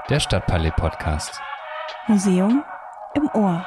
Der Stadtpalais-Podcast. Museum im Ohr.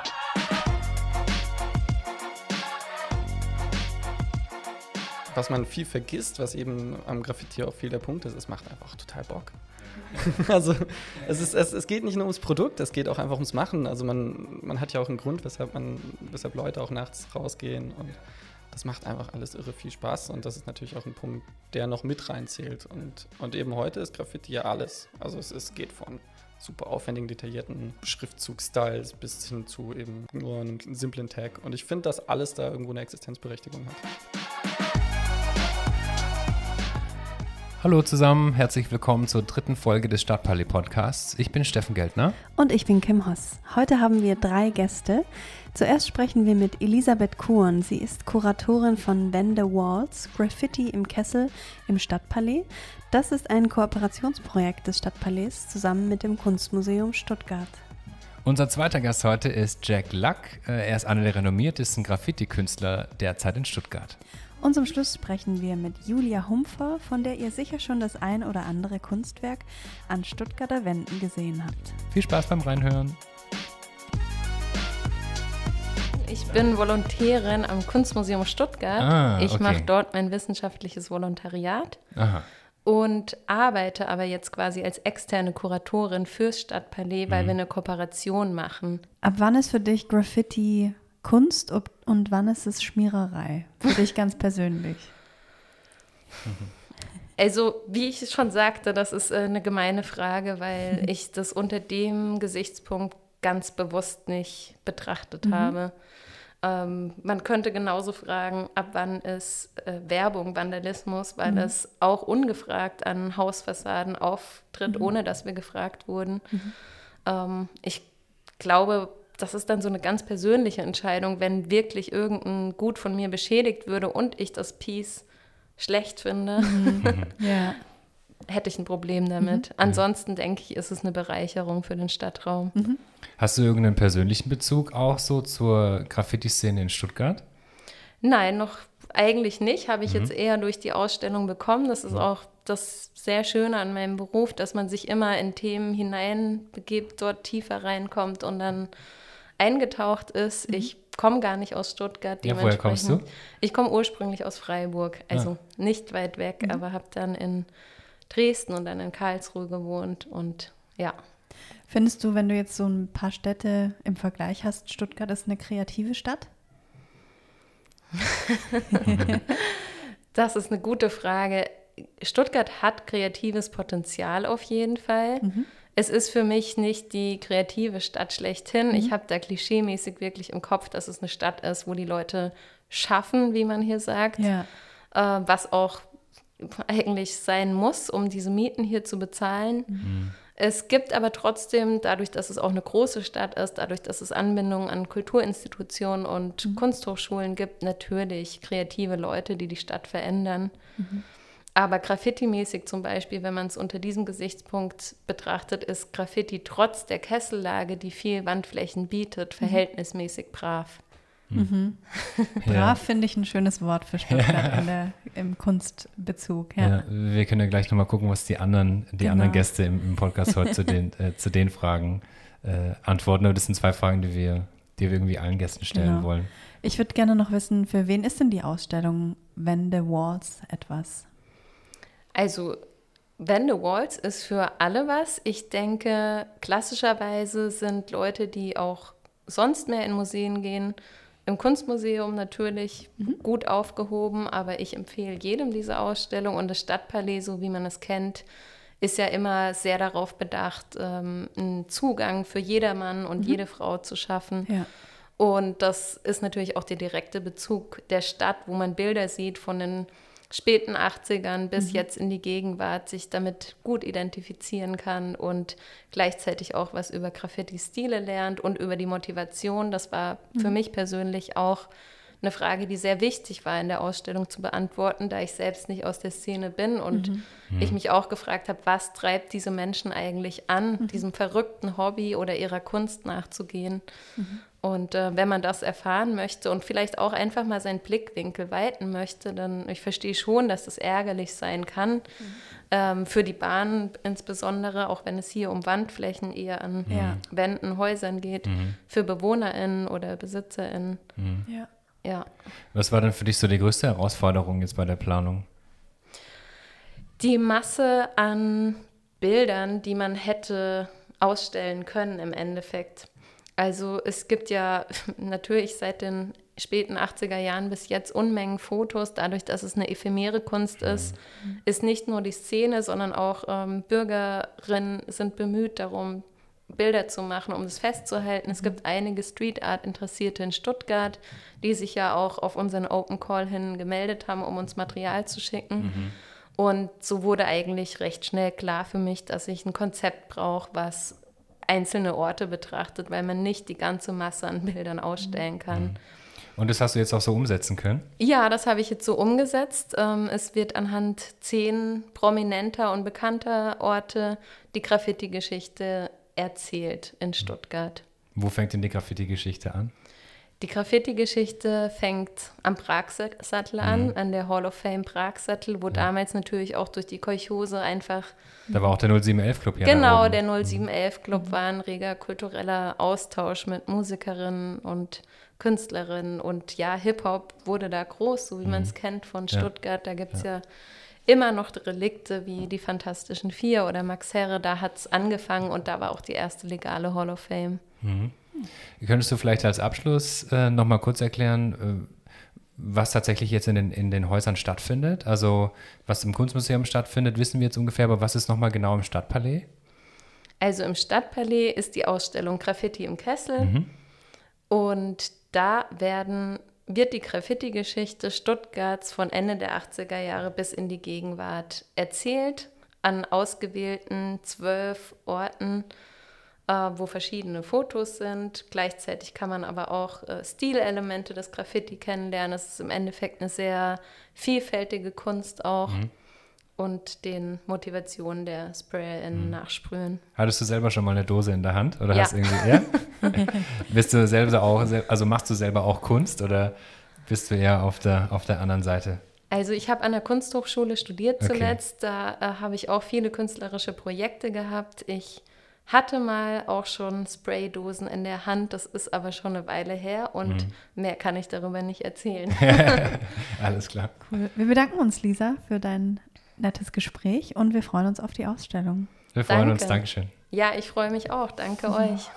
Was man viel vergisst, was eben am Graffiti auch viel der Punkt ist, es macht einfach total Bock. Also es geht nicht nur ums Produkt, es geht auch einfach ums Machen. Also man hat ja auch einen Grund, weshalb Leute auch nachts rausgehen, und das macht einfach alles irre viel Spaß, und das ist natürlich auch ein Punkt, der noch mit reinzählt. Und eben heute ist Graffiti ja alles. Also es geht von super aufwendigen, detaillierten Schriftzug-Styles bis hin zu eben nur einem simplen Tag. Und ich finde, dass alles da irgendwo eine Existenzberechtigung hat. Hallo zusammen, herzlich willkommen zur 3. Folge des Stadtpalais-Podcasts. Ich bin Steffen Geldner. Und ich bin Kim Hoss. Heute haben wir 3 Gäste. Zuerst sprechen wir mit Elisabeth Kuhn. Sie ist Kuratorin von When the Walls, Graffiti im Kessel im Stadtpalais. Das ist ein Kooperationsprojekt des Stadtpalais zusammen mit dem Kunstmuseum Stuttgart. Unser zweiter Gast heute ist Jack Luck. Er ist einer der renommiertesten Graffiti-Künstler derzeit in Stuttgart. Und zum Schluss sprechen wir mit Julia Humpfer, von der ihr sicher schon das ein oder andere Kunstwerk an Stuttgarter Wänden gesehen habt. Viel Spaß beim Reinhören. Ich bin Volontärin am Kunstmuseum Stuttgart. Ich mache dort mein wissenschaftliches Volontariat. Aha. Und arbeite aber jetzt quasi als externe Kuratorin fürs Stadtpalais, weil wir eine Kooperation machen. Ab wann ist für dich Graffiti Kunst und wann ist es Schmiererei? Für dich ganz persönlich. Also, wie ich schon sagte, das ist eine gemeine Frage, weil ich das unter dem Gesichtspunkt ganz bewusst nicht betrachtet habe. Man könnte genauso fragen, ab wann ist Werbung Vandalismus, weil es auch ungefragt an Hausfassaden auftritt, ohne dass wir gefragt wurden. Ich glaube, das ist dann so eine ganz persönliche Entscheidung, wenn wirklich irgendein Gut von mir beschädigt würde und ich das Piece schlecht finde, Ja. hätte ich ein Problem damit. Ansonsten denke ich, ist es eine Bereicherung für den Stadtraum. Hast du irgendeinen persönlichen Bezug auch so zur Graffiti-Szene in Stuttgart? Nein, noch eigentlich nicht. Habe ich jetzt eher durch die Ausstellung bekommen. Das ist auch das sehr Schöne an meinem Beruf, dass man sich immer in Themen hineinbegibt, dort tiefer reinkommt und dann eingetaucht ist. Ich komme gar nicht aus Stuttgart. Ja, woher kommst du? Ich komme ursprünglich aus Freiburg, also nicht weit weg, aber habe dann in Dresden und dann in Karlsruhe gewohnt und ja. Findest du, wenn du jetzt so ein paar Städte im Vergleich hast, Stuttgart ist eine kreative Stadt? Das ist eine gute Frage. Stuttgart hat kreatives Potenzial auf jeden Fall. Es ist für mich nicht die kreative Stadt schlechthin. Ich habe da klischeemäßig wirklich im Kopf, dass es eine Stadt ist, wo die Leute schaffen, wie man hier sagt, was auch eigentlich sein muss, um diese Mieten hier zu bezahlen. Es gibt aber trotzdem, dadurch, dass es auch eine große Stadt ist, dadurch, dass es Anbindungen an Kulturinstitutionen und Kunsthochschulen gibt, natürlich kreative Leute, die die Stadt verändern. Aber Graffiti-mäßig zum Beispiel, wenn man es unter diesem Gesichtspunkt betrachtet, ist Graffiti trotz der Kessellage, die viel Wandflächen bietet, verhältnismäßig brav. Brav finde ich ein schönes Wort für Stuttgart im Kunstbezug. Ja. Ja, wir können ja gleich nochmal gucken, was die anderen Gäste im Podcast heute zu den Fragen antworten. Aber das sind 2 Fragen, die wir irgendwie allen Gästen stellen wollen. Ich würde gerne noch wissen, für wen ist denn die Ausstellung When the Walls etwas? Also When the Walls ist für alle was. Ich denke, klassischerweise sind Leute, die auch sonst mehr in Museen gehen, im Kunstmuseum natürlich gut aufgehoben, aber ich empfehle jedem diese Ausstellung, und das Stadtpalais, so wie man es kennt, ist ja immer sehr darauf bedacht, einen Zugang für jedermann und jede Frau zu schaffen. Ja. Und das ist natürlich auch der direkte Bezug der Stadt, wo man Bilder sieht von den späten 80ern bis jetzt in die Gegenwart, sich damit gut identifizieren kann und gleichzeitig auch was über Graffiti-Stile lernt und über die Motivation. Das war für mich persönlich auch eine Frage, die sehr wichtig war in der Ausstellung zu beantworten, da ich selbst nicht aus der Szene bin und ich mich auch gefragt habe, was treibt diese Menschen eigentlich an, diesem verrückten Hobby oder ihrer Kunst nachzugehen. Und wenn man das erfahren möchte und vielleicht auch einfach mal seinen Blickwinkel weiten möchte, dann, ich verstehe schon, dass das ärgerlich sein kann, für die Bahn insbesondere, auch wenn es hier um Wandflächen eher an Wänden, Häusern geht, für BewohnerInnen oder BesitzerInnen. Ja. Was war denn für dich so die größte Herausforderung jetzt bei der Planung? Die Masse an Bildern, die man hätte ausstellen können im Endeffekt. Also es gibt ja natürlich seit den späten 80er Jahren bis jetzt Unmengen Fotos. Dadurch, dass es eine ephemere Kunst ist, ist nicht nur die Szene, sondern auch Bürgerinnen sind bemüht darum, Bilder zu machen, um das festzuhalten. Es gibt einige Street Art Interessierte in Stuttgart, die sich ja auch auf unseren Open Call hin gemeldet haben, um uns Material zu schicken. Und so wurde eigentlich recht schnell klar für mich, dass ich ein Konzept brauche, was einzelne Orte betrachtet, weil man nicht die ganze Masse an Bildern ausstellen kann. Und das hast du jetzt auch so umsetzen können? Ja, das habe ich jetzt so umgesetzt. Es wird anhand 10 prominenter und bekannter Orte die Graffiti-Geschichte erzählt in Stuttgart. Wo fängt denn die Graffiti-Geschichte an? Die Graffiti-Geschichte fängt am Pragsattel an, an der Hall of Fame Pragsattel, wo damals natürlich auch durch die Kolchose einfach... Da war auch der 0711-Club ja. Genau, der 0711-Club war ein reger kultureller Austausch mit Musikerinnen und Künstlerinnen. Und ja, Hip-Hop wurde da groß, so wie man es kennt von Stuttgart. Da gibt es ja immer noch Relikte wie die Fantastischen Vier oder Max Herre. Da hat es angefangen und da war auch die erste legale Hall of Fame. Könntest du vielleicht als Abschluss noch mal kurz erklären, was tatsächlich jetzt in den Häusern stattfindet? Also was im Kunstmuseum stattfindet, wissen wir jetzt ungefähr, aber was ist noch mal genau im Stadtpalais? Also im Stadtpalais ist die Ausstellung Graffiti im Kessel und da wird die Graffiti-Geschichte Stuttgarts von Ende der 80er Jahre bis in die Gegenwart erzählt, an ausgewählten 12 Orten, wo verschiedene Fotos sind. Gleichzeitig kann man aber auch Stilelemente des Graffiti kennenlernen. Es ist im Endeffekt eine sehr vielfältige Kunst auch und den Motivationen der SprayerInnen nachsprühen. Hattest du selber schon mal eine Dose in der Hand? Oder Ja. hast irgendwie, Bist du selber auch, also machst du selber auch Kunst oder bist du eher auf der anderen Seite? Also ich habe an der Kunsthochschule studiert zuletzt. Da habe ich auch viele künstlerische Projekte gehabt. Ich hatte mal auch schon Spraydosen in der Hand, das ist aber schon eine Weile her und mehr kann ich darüber nicht erzählen. Alles klar. Cool. Wir bedanken uns, Lisa, für dein nettes Gespräch und wir freuen uns auf die Ausstellung. Wir freuen uns, Dankeschön. Ja, ich freue mich auch, danke euch.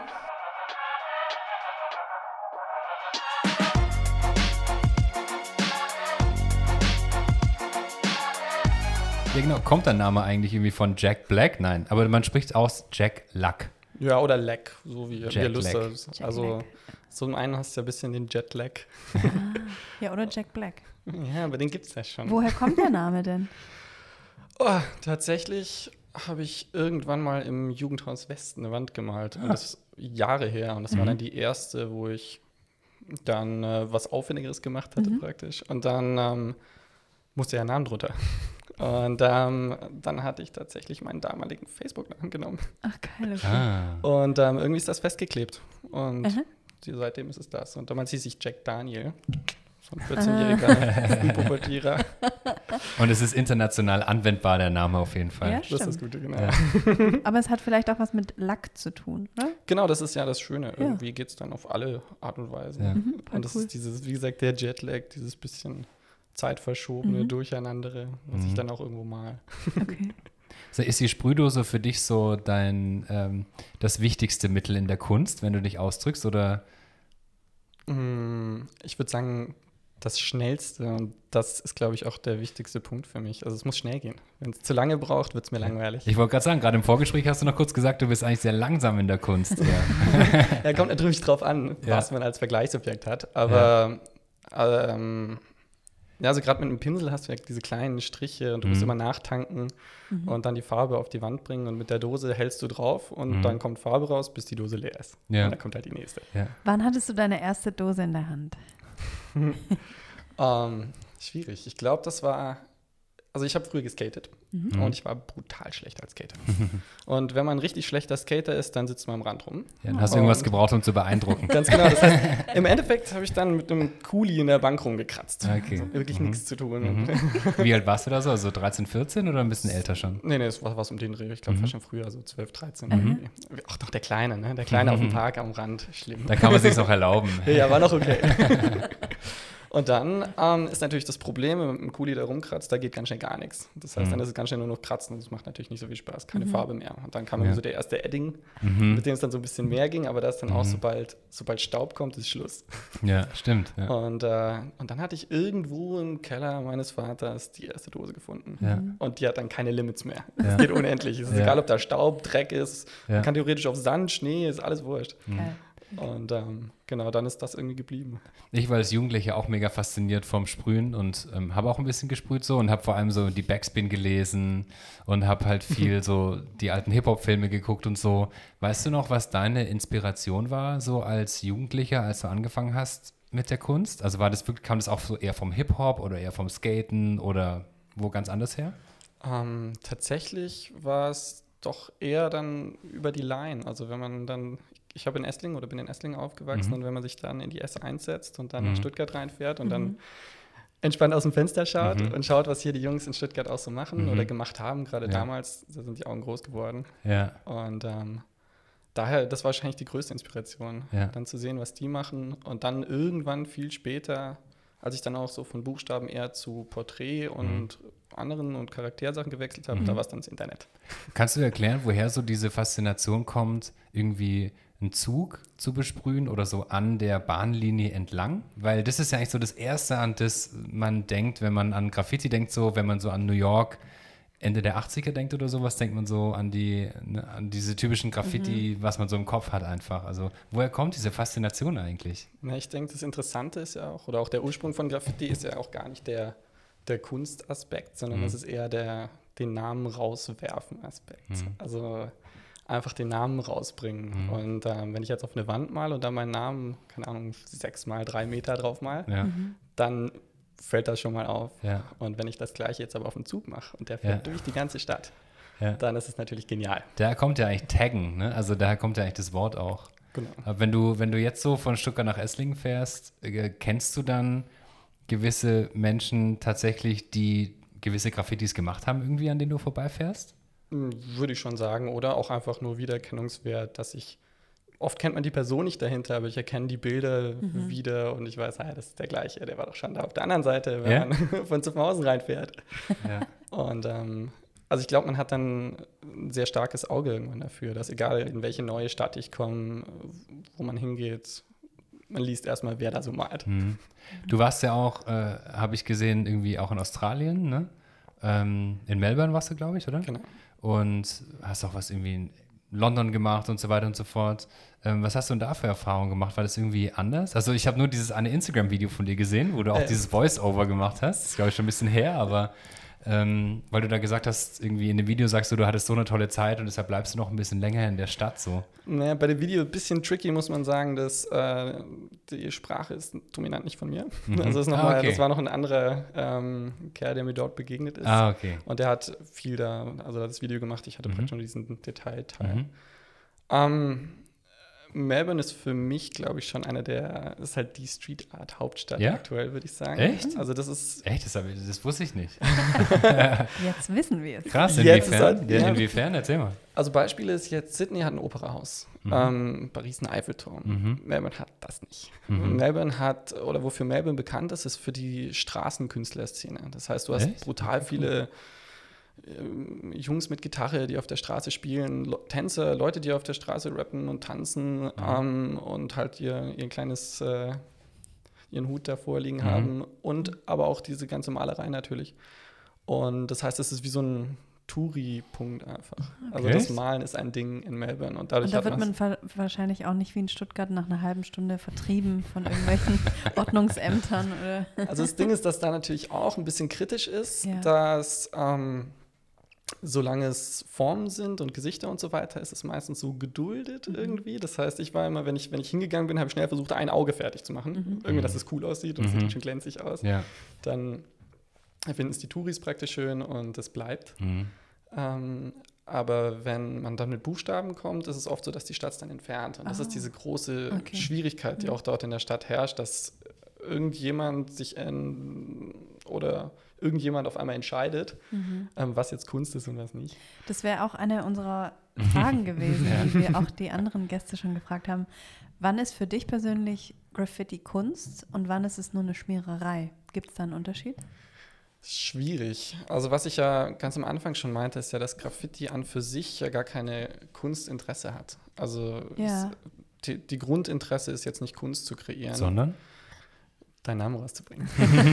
Ja, genau. Kommt der Name eigentlich irgendwie von Jack Black? Nein, aber man spricht aus Jack Luck. Ja, oder Lag, so wie ihr Lust Lag. habt. Also zum einen hast du ja ein bisschen den Jetlag. Ja, oder Jack Black. Ja, aber den gibt es ja schon. Woher kommt der Name denn? Oh, tatsächlich habe ich irgendwann mal im Jugendhaus Westen eine Wand gemalt. Und das ist Jahre her. Und das war dann die erste, wo ich dann was Aufwendigeres gemacht hatte praktisch. Und dann musste ja Namen drunter. Und dann hatte ich tatsächlich meinen damaligen Facebook-Namen genommen. Ach, geil, okay. Und irgendwie ist das festgeklebt. Und seitdem ist es das. Und damals hieß ich Jack Daniel. So ein 14-jähriger Pubertierer. Und es ist international anwendbar, der Name auf jeden Fall. Ja, Das ist das stimmt. Gute, genau. Ja. Aber es hat vielleicht auch was mit Lack zu tun, oder? Genau, das ist ja das Schöne. Irgendwie geht es dann auf alle Art und Weise. Ja. Und das ist dieses, wie gesagt, der Jetlag, dieses bisschen zeitverschobene, Durcheinandere, was ich dann auch irgendwo mal. Okay. So, ist die Sprühdose für dich so das wichtigste Mittel in der Kunst, wenn du dich ausdrückst? Oder? Ich würde sagen, das Schnellste und das ist, glaube ich, auch der wichtigste Punkt für mich. Also es muss schnell gehen. Wenn es zu lange braucht, wird es mir langweilig. Ich wollte gerade sagen, gerade im Vorgespräch hast du noch kurz gesagt, du bist eigentlich sehr langsam in der Kunst. Ja, kommt natürlich drauf an, was man als Vergleichsobjekt hat. Aber also gerade mit einem Pinsel hast du ja diese kleinen Striche und du musst immer nachtanken und dann die Farbe auf die Wand bringen und mit der Dose hältst du drauf und dann kommt Farbe raus, bis die Dose leer ist. Ja. Und dann kommt halt die nächste. Ja. Wann hattest du deine erste Dose in der Hand? Schwierig. Ich glaube, also ich habe früher geskatet und ich war brutal schlecht als Skater. Und wenn man ein richtig schlechter Skater ist, dann sitzt man am Rand rum. Ja, dann hast du irgendwas gebraucht, um zu beeindrucken. Ganz genau. Das heißt, im Endeffekt habe ich dann mit einem Kuli in der Bank rumgekratzt. Okay. Also wirklich nichts zu tun. Wie alt warst du da so? Also 13, 14 oder ein bisschen älter schon? Nee, das war was um den Dreh. Ich glaube, fast schon früher, so 12, 13. Auch noch der Kleine, ne? Der Kleine auf dem Park am Rand. Schlimm. Da kann man sich auch erlauben. Ja, war noch okay. Und dann ist natürlich das Problem, wenn man mit dem Kuli da rumkratzt, da geht ganz schnell gar nichts. Das heißt, dann ist es ganz schnell nur noch kratzen. Das macht natürlich nicht so viel Spaß. Keine Farbe mehr. Und dann kam so der erste Edding, mit dem es dann so ein bisschen mehr ging. Aber da ist dann auch, sobald Staub kommt, ist Schluss. Ja, stimmt. Ja. Und dann hatte ich irgendwo im Keller meines Vaters die erste Dose gefunden. Ja. Und die hat dann keine Limits mehr. Ja. Es geht unendlich. Es ist egal, ob da Staub, Dreck ist. Ja. Man kann theoretisch auf Sand, Schnee, ist alles wurscht. Geil. Und genau, dann ist das irgendwie geblieben. Ich war als Jugendlicher auch mega fasziniert vom Sprühen und habe auch ein bisschen gesprüht so und habe vor allem so die Backspin gelesen und habe halt viel so die alten Hip-Hop-Filme geguckt und so. Weißt du noch, was deine Inspiration war, so als Jugendlicher, als du angefangen hast mit der Kunst? Also kam das auch so eher vom Hip-Hop oder eher vom Skaten oder wo ganz anders her? Tatsächlich war es doch eher dann über die Line. Also wenn man dann, ich bin in Esslingen aufgewachsen und wenn man sich dann in die S1 setzt und dann nach Stuttgart reinfährt und dann entspannt aus dem Fenster schaut und schaut, was hier die Jungs in Stuttgart auch so machen oder gemacht haben, gerade damals, da sind die Augen groß geworden. Ja. Und daher, das war wahrscheinlich die größte Inspiration, Ja. dann zu sehen, was die machen und dann irgendwann viel später, als ich dann auch so von Buchstaben eher zu Porträt und anderen und Charaktersachen gewechselt habe, da war es dann das Internet. Kannst du erklären, woher so diese Faszination kommt, irgendwie einen Zug zu besprühen oder so an der Bahnlinie entlang? Weil das ist ja eigentlich so das Erste, an das man denkt, wenn man an Graffiti denkt, so wenn man so an New York Ende der 80er denkt oder sowas, denkt man so an diese typischen Graffiti, was man so im Kopf hat einfach. Also woher kommt diese Faszination eigentlich? Na, ich denke, das Interessante ist ja auch, oder auch der Ursprung von Graffiti ist ja auch gar nicht der Kunstaspekt, sondern das ist eher den Namen rauswerfen Aspekt. Also einfach den Namen rausbringen. Und wenn ich jetzt auf eine Wand male und da meinen Namen, keine Ahnung, 6 mal 3 Meter drauf mal, dann fällt das schon mal auf. Ja. Und wenn ich das Gleiche jetzt aber auf den Zug mache und der fährt durch die ganze Stadt, dann ist es natürlich genial. Da kommt ja eigentlich Taggen, ne? Also daher kommt ja eigentlich das Wort auch. Genau. Aber wenn du jetzt so von Stuttgart nach Esslingen fährst, kennst du dann gewisse Menschen tatsächlich, die gewisse Graffitis gemacht haben, irgendwie, an denen du vorbeifährst? Würde ich schon sagen. Oder auch einfach nur Wiedererkennungswert, oft kennt man die Person nicht dahinter, aber ich erkenne die Bilder wieder und ich weiß, das ist der gleiche, der war doch schon da auf der anderen Seite, wenn man von Zuffenhausen reinfährt. Ja. Und also ich glaube, man hat dann ein sehr starkes Auge irgendwann dafür, dass egal in welche neue Stadt ich komme, wo man hingeht, man liest erstmal, wer da so malt. Du warst ja auch, habe ich gesehen, irgendwie auch in Australien, ne? In Melbourne warst du, glaube ich, oder? Genau. Und hast auch was irgendwie in London gemacht und so weiter und so fort. Was hast du denn da für Erfahrungen gemacht? War das irgendwie anders? Also ich habe nur dieses eine Instagram-Video von dir gesehen, wo du auch dieses Voice-Over gemacht hast. Das ist, glaube ich, schon ein bisschen her, aber weil du da gesagt hast, irgendwie in dem Video sagst du hattest so eine tolle Zeit und deshalb bleibst du noch ein bisschen länger in der Stadt so. Naja, bei dem Video ein bisschen tricky, muss man sagen, dass die Sprache ist dominant nicht von mir. Also das war noch ein anderer Kerl, der mir dort begegnet ist. Okay. Und der hat viel hat das Video gemacht, ich hatte praktisch nur diesen Detailteil. Melbourne ist für mich, glaube ich, schon ist halt die Street Art Hauptstadt aktuell, würde ich sagen. Echt? Also das ist... Echt? Das wusste ich nicht. Jetzt wissen wir es. Krass, inwiefern? Inwiefern? Erzähl mal. Also Beispiel ist jetzt, Sydney hat ein Operahaus, Paris einen Eiffelturm. Melbourne hat das nicht. Melbourne wofür Melbourne bekannt ist für die Straßenkünstlerszene. Das heißt, du hast brutal viele Jungs mit Gitarre, die auf der Straße spielen, Tänzer, Leute, die auf der Straße rappen und tanzen und halt ihren Hut davor liegen haben und aber auch diese ganze Malerei natürlich. Und das heißt, es ist wie so ein Touri-Punkt einfach. Okay. Also das Malen ist ein Ding in Melbourne. Und da wird man wahrscheinlich auch nicht wie in Stuttgart nach einer halben Stunde vertrieben von irgendwelchen Ordnungsämtern. Oder? Also das Ding ist, dass da natürlich auch ein bisschen kritisch ist, dass solange es Formen sind und Gesichter und so weiter, ist es meistens so geduldet irgendwie. Das heißt, ich war immer, wenn ich hingegangen bin, habe ich schnell versucht, ein Auge fertig zu machen. Irgendwie, dass es cool aussieht und es sieht schön glänzig aus. Ja. Dann finden es die Touris praktisch schön und es bleibt. Aber wenn man dann mit Buchstaben kommt, ist es oft so, dass die Stadt es dann entfernt. Und das ist diese große Schwierigkeit, die auch dort in der Stadt herrscht, dass irgendjemand oder irgendjemand auf einmal entscheidet, was jetzt Kunst ist und was nicht. Das wäre auch eine unserer Fragen gewesen, die wir auch die anderen Gäste schon gefragt haben. Wann ist für dich persönlich Graffiti Kunst und wann ist es nur eine Schmiererei? Gibt es da einen Unterschied? Schwierig. Also was ich ja ganz am Anfang schon meinte, ist ja, dass Graffiti an für sich ja gar keine Kunstinteresse hat. Also die Grundinteresse ist jetzt nicht Kunst zu kreieren. Sondern? Deinen Namen rauszubringen.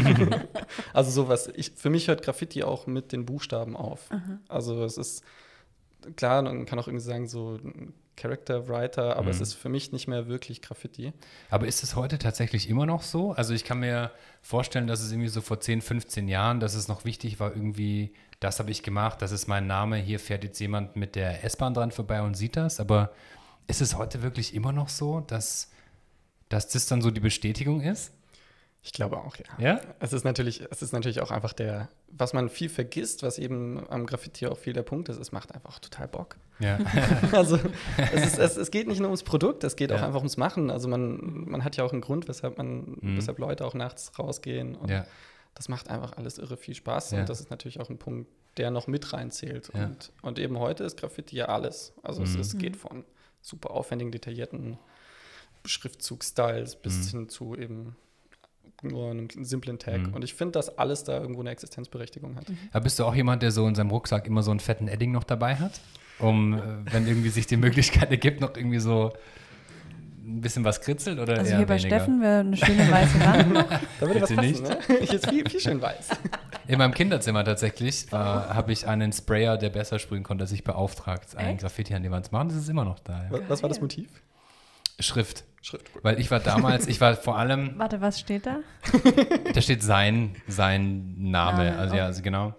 Also sowas. Für mich hört Graffiti auch mit den Buchstaben auf. Also es ist, klar, man kann auch irgendwie sagen, so ein Character Writer, aber es ist für mich nicht mehr wirklich Graffiti. Aber ist es heute tatsächlich immer noch so? Also ich kann mir vorstellen, dass es irgendwie so vor 10, 15 Jahren, dass es noch wichtig war, irgendwie, das habe ich gemacht, das ist mein Name, hier fährt jetzt jemand mit der S-Bahn dran vorbei und sieht das. Aber ist es heute wirklich immer noch so, dass das dann so die Bestätigung ist? Ich glaube auch, ja. Ja? Es ist natürlich auch einfach was man viel vergisst, was eben am Graffiti auch viel der Punkt ist, es macht einfach total Bock. Ja. Also es geht nicht nur ums Produkt, es geht auch einfach ums Machen. Also man hat ja auch einen Grund, weshalb Leute auch nachts rausgehen. Und das macht einfach alles irre viel Spaß. Und das ist natürlich auch ein Punkt, der noch mit reinzählt. Ja. Und eben heute ist Graffiti ja alles. Also es geht von super aufwendigen, detaillierten Schriftzug-Styles bis hin zu eben nur einem simplen Tag. Und ich finde, dass alles da irgendwo eine Existenzberechtigung hat. Aber bist du auch jemand, der so in seinem Rucksack immer so einen fetten Edding noch dabei hat? Wenn irgendwie sich die Möglichkeit ergibt, noch irgendwie so ein bisschen was kritzelt oder also eher hier bei weniger? Steffen wäre eine schöne weiße Wand noch. Da würde was Bitte passen, ne? Hier ist viel schön weiß. In meinem Kinderzimmer tatsächlich habe ich einen Sprayer, der besser sprühen konnte, als ich beauftragt, einen Graffiti an die Wand zu machen. Das ist immer noch da. Ja. Was war das Motiv? Schrift. Gut. Weil ich war vor allem, Warte, was steht da? da steht sein Name, also genau.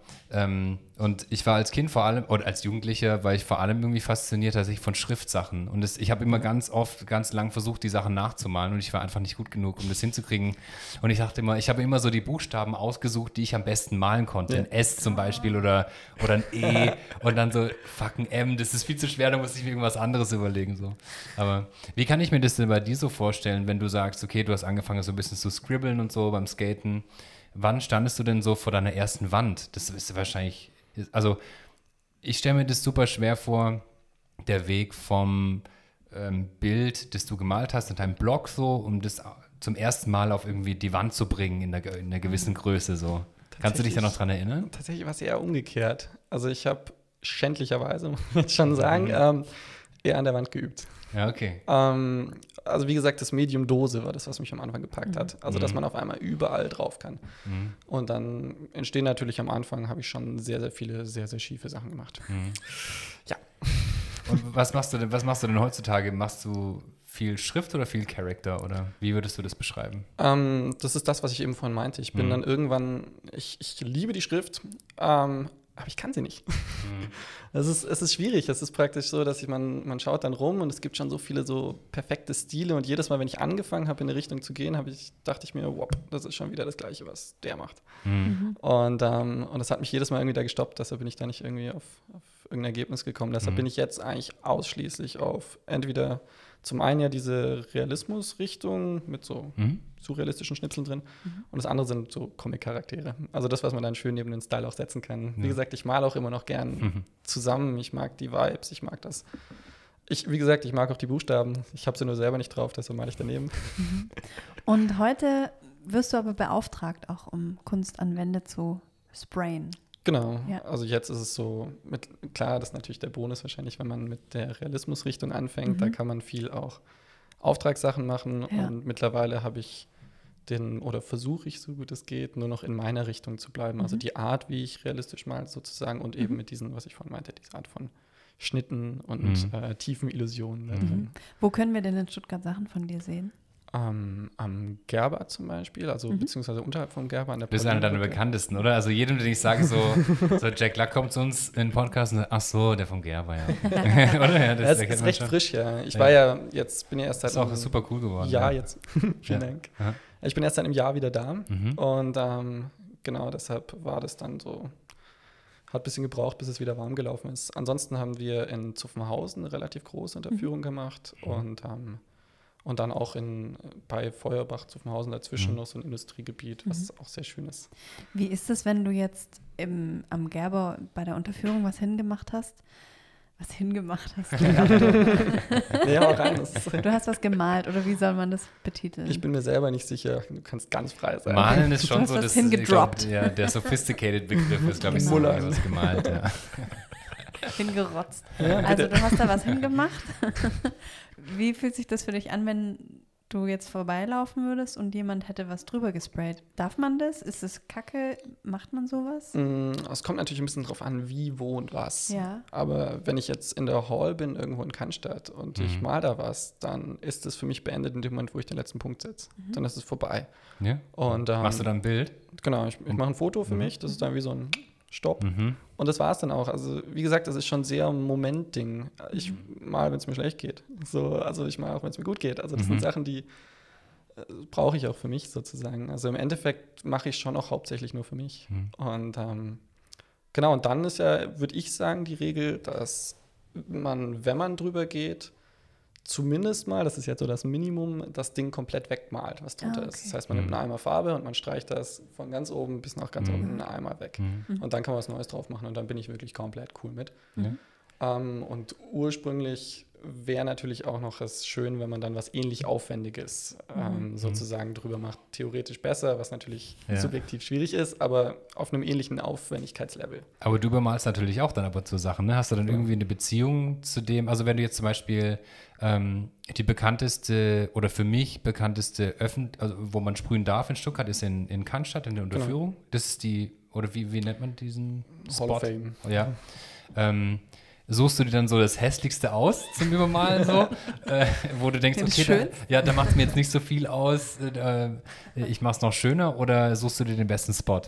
Und ich war als Kind vor allem, oder als Jugendlicher, war ich vor allem irgendwie fasziniert tatsächlich von Schriftsachen. Und ich habe immer ganz lang versucht, die Sachen nachzumalen und ich war einfach nicht gut genug, um das hinzukriegen. Und ich dachte immer, ich habe immer so die Buchstaben ausgesucht, die ich am besten malen konnte. Ein S zum Beispiel oder ein E und dann so, fucking M, das ist viel zu schwer, da muss ich mir irgendwas anderes überlegen. So. Aber wie kann ich mir das denn bei dir so vorstellen, wenn du sagst, okay, du hast angefangen so ein bisschen zu scribbeln und so beim Skaten. Wann standest du denn so vor deiner ersten Wand? Das ist wahrscheinlich, also ich stelle mir das super schwer vor, der Weg vom Bild, das du gemalt hast, in deinem Blog so, um das zum ersten Mal auf irgendwie die Wand zu bringen in einer gewissen Größe so. Kannst du dich da noch dran erinnern? Tatsächlich war es eher umgekehrt. Also ich habe schändlicherweise, muss man jetzt schon sagen, eher an der Wand geübt. Ja, okay. Also wie gesagt, das Medium Dose war das, was mich am Anfang gepackt hat. Also dass man auf einmal überall drauf kann. Und dann entstehen natürlich am Anfang, habe ich schon sehr, sehr viele, sehr, sehr schiefe Sachen gemacht. Ja. Und was machst du denn heutzutage? Machst du viel Schrift oder viel Charakter? Oder wie würdest du das beschreiben? Das ist das, was ich eben vorhin meinte. Ich bin dann irgendwann, ich liebe die Schrift, aber ich kann sie nicht. Es ist schwierig. Es ist praktisch so, dass man schaut dann rum und es gibt schon so viele so perfekte Stile und jedes Mal, wenn ich angefangen habe, in eine Richtung zu gehen, dachte ich mir, wow, das ist schon wieder das Gleiche, was der macht. Und das hat mich jedes Mal irgendwie da gestoppt, deshalb bin ich da nicht irgendwie auf irgendein Ergebnis gekommen. Deshalb bin ich jetzt eigentlich ausschließlich auf entweder zum einen ja diese Realismus-Richtung mit so surrealistischen Schnipseln drin und das andere sind so Comic-Charaktere. Also das, was man dann schön neben den Style auch setzen kann. Wie gesagt, ich male auch immer noch gern zusammen. Ich mag die Vibes, ich mag das. Wie gesagt, ich mag auch die Buchstaben. Ich habe sie nur selber nicht drauf, deshalb male ich daneben. Und heute wirst du aber beauftragt, auch um Kunst an Wände zu sprayen. Genau, Ja. also jetzt ist es so, klar, das ist natürlich der Bonus wahrscheinlich, wenn man mit der Realismusrichtung anfängt, da kann man viel auch Auftragssachen machen und mittlerweile habe ich versuche ich, so gut es geht, nur noch in meiner Richtung zu bleiben. Also die Art, wie ich realistisch male sozusagen und eben mit diesen, was ich vorhin meinte, diese Art von Schnitten und tiefen Illusionen. Wo können wir denn in Stuttgart Sachen von dir sehen? Am Gerber zum Beispiel, also beziehungsweise unterhalb vom Gerber an der Das ist einer deiner Paulinenbrücke. bekanntesten, oder? Also jedem, den ich sage, so Jack Luck kommt zu uns in den Podcast und sagt, ach so, der vom Gerber, ja. Oder? Ja, Das erkennt ist man recht schon. frisch, ja. Ich Ja. war ja jetzt, bin ja erst seit Ist auch einem super cool geworden. Jahr ja. jetzt. Vielen Dank. Aha. Ich bin erst seit einem Jahr wieder da Mhm. und genau deshalb war das dann so, hat ein bisschen gebraucht, bis es wieder warm gelaufen ist. Ansonsten haben wir in Zuffenhausen eine relativ große Unterführung gemacht und dann auch bei Feuerbach, Zuffenhausen dazwischen noch so ein Industriegebiet, was auch sehr schön ist. Wie ist es, wenn du jetzt am Gerber bei der Unterführung was hingemacht hast? Was hingemacht hast? Nee, hau rein. Du hast was gemalt oder wie soll man das betiteln? Ich bin mir selber nicht sicher. Du kannst ganz frei sein. Malen ist Du schon hast so, was das hingedroppt. Ja, der sophisticated Begriff ist, glaube ich, so Mullern. was gemalt. Ja. Hingerotzt. Ja, Also bitte. du hast da was hingemacht. Wie fühlt sich das für dich an, wenn du jetzt vorbeilaufen würdest und jemand hätte was drüber gesprayt? Darf man das? Ist es Kacke? Macht man sowas? Es kommt natürlich ein bisschen drauf an, wie, wo und was. Ja. Aber wenn ich jetzt in der Hall bin, irgendwo in Cannstatt und ich mal da was, dann ist es für mich beendet in dem Moment, wo ich den letzten Punkt setze. Dann ist es vorbei. Ja? Und, Machst du dann ein Bild? Genau, ich mache ein Foto für mich, das ist dann wie so ein Stopp. Und das war es dann auch. Also wie gesagt, das ist schon sehr ein Moment-Ding. Ich mal, wenn es mir schlecht geht. Also ich mal auch, wenn es mir gut geht. Also das sind Sachen, die brauche ich auch für mich sozusagen. Also im Endeffekt mache ich schon auch hauptsächlich nur für mich. Und genau, und dann ist ja, würde ich sagen, die Regel, dass man, wenn man drüber geht, zumindest mal, das ist jetzt so das Minimum, das Ding komplett wegmalt, was drunter ist. Das heißt, man nimmt einen Eimer Farbe und man streicht das von ganz oben bis nach ganz unten einen Eimer weg. Und dann kann man was Neues drauf machen und dann bin ich wirklich komplett cool mit. Und ursprünglich wäre natürlich auch noch es schön, wenn man dann was ähnlich Aufwendiges sozusagen drüber macht. Theoretisch besser, was natürlich subjektiv schwierig ist, aber auf einem ähnlichen Aufwendigkeitslevel. Aber du bemalst natürlich auch dann aber zu Sachen, ne? Hast du dann irgendwie eine Beziehung zu dem? Also wenn du jetzt zum Beispiel die bekannteste oder für mich bekannteste also wo man sprühen darf in Stuttgart, ist in Cannstatt, in der Unterführung. Das ist die, oder wie nennt man diesen Spot? Hall of Fame. Ja. Suchst du dir dann so das Hässlichste aus zum Übermalen so, wo du denkst, Den okay, da macht es mir jetzt nicht so viel aus, ich mach's noch schöner, oder suchst du dir den besten Spot?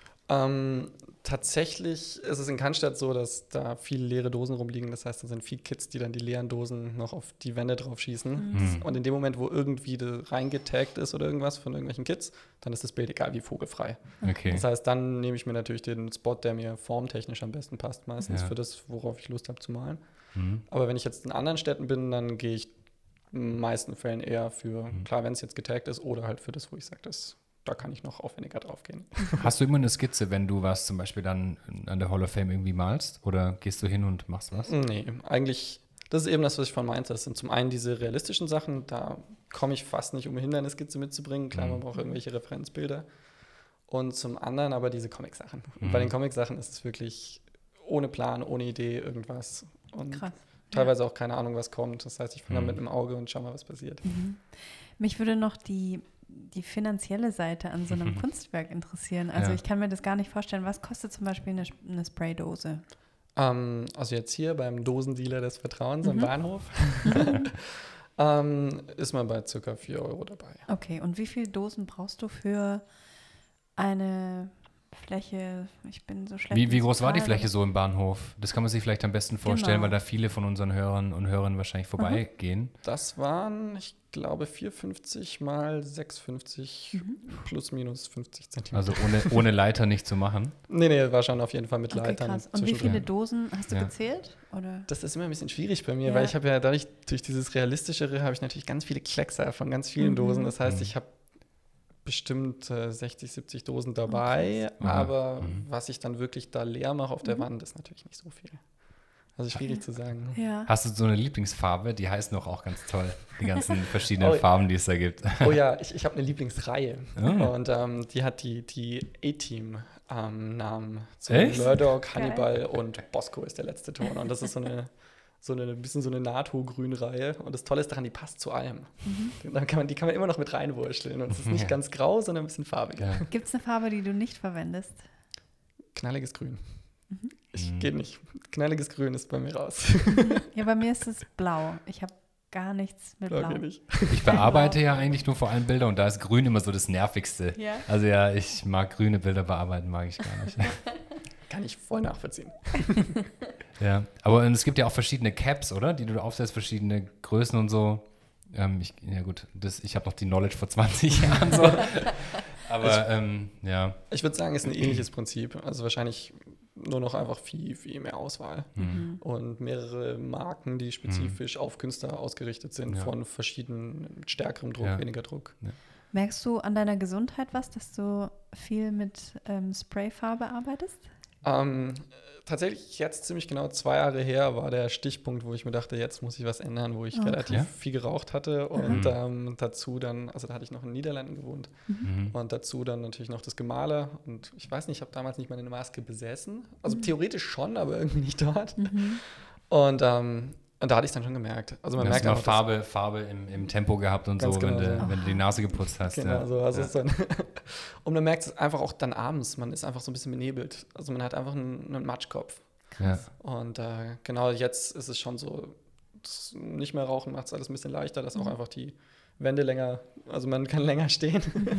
Tatsächlich ist es in Cannstatt so, dass da viele leere Dosen rumliegen. Das heißt, da sind viele Kids, die dann die leeren Dosen noch auf die Wände drauf schießen. Und in dem Moment, wo irgendwie reingetaggt ist oder irgendwas von irgendwelchen Kids, dann ist das Bild egal wie vogelfrei. Okay. Das heißt, dann nehme ich mir natürlich den Spot, der mir formtechnisch am besten passt, meistens für das, worauf ich Lust habe zu malen. Aber wenn ich jetzt in anderen Städten bin, dann gehe ich in den meisten Fällen eher für, klar, wenn es jetzt getaggt ist, oder halt für das, wo ich sage, da kann ich noch aufwendiger drauf gehen. Hast du immer eine Skizze, wenn du was zum Beispiel dann an der Hall of Fame irgendwie malst? Oder gehst du hin und machst was? Nee, eigentlich, das ist eben das, was ich von meinte. Das sind zum einen diese realistischen Sachen, da komme ich fast nicht umhin, eine Skizze mitzubringen. Klar, man braucht irgendwelche Referenzbilder. Und zum anderen aber diese Comic-Sachen. Und bei den Comic-Sachen ist es wirklich ohne Plan, ohne Idee irgendwas. Und Krass. teilweise auch keine Ahnung, was kommt. Das heißt, ich fange dann mit einem Auge und schau mal, was passiert. Mich würde noch die finanzielle Seite an so einem Kunstwerk interessieren. Also ich kann mir das gar nicht vorstellen. Was kostet zum Beispiel eine Spraydose? Also jetzt hier beim Dosendealer des Vertrauens am Bahnhof ist man bei ca. 4 € dabei. Okay, und wie viele Dosen brauchst du für eine Fläche? Ich bin so schlecht. Wie in groß war die Zahlen, Fläche aber- so im Bahnhof? Das kann man sich vielleicht am besten vorstellen, Genau. weil da viele von unseren Hörern und Hörern wahrscheinlich vorbeigehen. Das waren, ich glaube, 4,50 mal 6,50 plus minus 50 Zentimeter. Also ohne Leiter nicht zu machen. Nee, war schon auf jeden Fall mit Okay, Leitern. krass. Und wie zwischendrin. viele Dosen hast du Ja. gezählt? Oder? Das ist immer ein bisschen schwierig bei mir, Ja. weil ich habe ja durch dieses Realistischere habe ich natürlich ganz viele Kleckser von ganz vielen Dosen. Das heißt, ich habe bestimmt 60, 70 Dosen dabei, aber was ich dann wirklich da leer mache auf der Wand, ist natürlich nicht so viel. Also schwierig zu sagen. Ja. Hast du so eine Lieblingsfarbe? Die heißen doch auch ganz toll. Die ganzen verschiedenen Oh, Farben, die es da gibt. Oh ja, ich habe eine Lieblingsreihe. Oh. Und die hat die A-Team-Namen. So Echt? Murdoch, Hannibal und Bosco ist der letzte Ton. Und das ist so eine bisschen so eine NATO-Grün-Reihe. Und das Tolle ist daran, die passt zu allem. Dann die kann man immer noch mit reinwurschteln. Und es ist nicht ganz grau, sondern ein bisschen farbig. Ja. Gibt es eine Farbe, die du nicht verwendest? Knalliges Grün. Geht nicht. Knalliges Grün ist bei mir raus. Ja, bei mir ist es blau. Ich habe gar nichts mit Glaub Blau. ich nicht. Ich bearbeite ja eigentlich nur vor allem Bilder und da ist grün immer so das Nervigste. Ja? Also ja, ich mag grüne Bilder bearbeiten, mag ich gar nicht. Kann ich voll nachvollziehen. Ja, aber es gibt ja auch verschiedene Caps, oder? Die du aufsetzt, verschiedene Größen und so. Ich habe noch die Knowledge vor 20 Jahren so. Aber ja. Ich würde sagen, es ist ein ähnliches Prinzip. Also wahrscheinlich nur noch einfach viel, viel mehr Auswahl. Und mehrere Marken, die spezifisch auf Künstler ausgerichtet sind, Ja. von verschiedenen, mit stärkerem Druck, Ja. weniger Druck. Ja. Merkst du an deiner Gesundheit was, dass du viel mit Sprayfarbe arbeitest? Tatsächlich jetzt ziemlich genau 2 Jahre her war der Stichpunkt, wo ich mir dachte, jetzt muss ich was ändern, wo ich relativ Ja? viel geraucht hatte und dazu dann, also da hatte ich noch in den Niederlanden gewohnt und dazu dann natürlich noch das Gemale und ich weiß nicht, ich habe damals nicht meine Maske besessen, also theoretisch schon, aber irgendwie nicht dort und da hatte ich es dann schon gemerkt. Also man Du hast merkt immer einfach, Farbe im Tempo gehabt und Ganz so, genau, wenn du die Nase geputzt hast. genau, ja. so, also ja. es ist dann und man merkt es einfach auch dann abends, man ist einfach so ein bisschen benebelt, also man hat einfach einen Matschkopf. Ja. Und genau jetzt ist es schon so, das nicht mehr rauchen macht es alles ein bisschen leichter, dass auch einfach die Wände länger, also man kann länger stehen.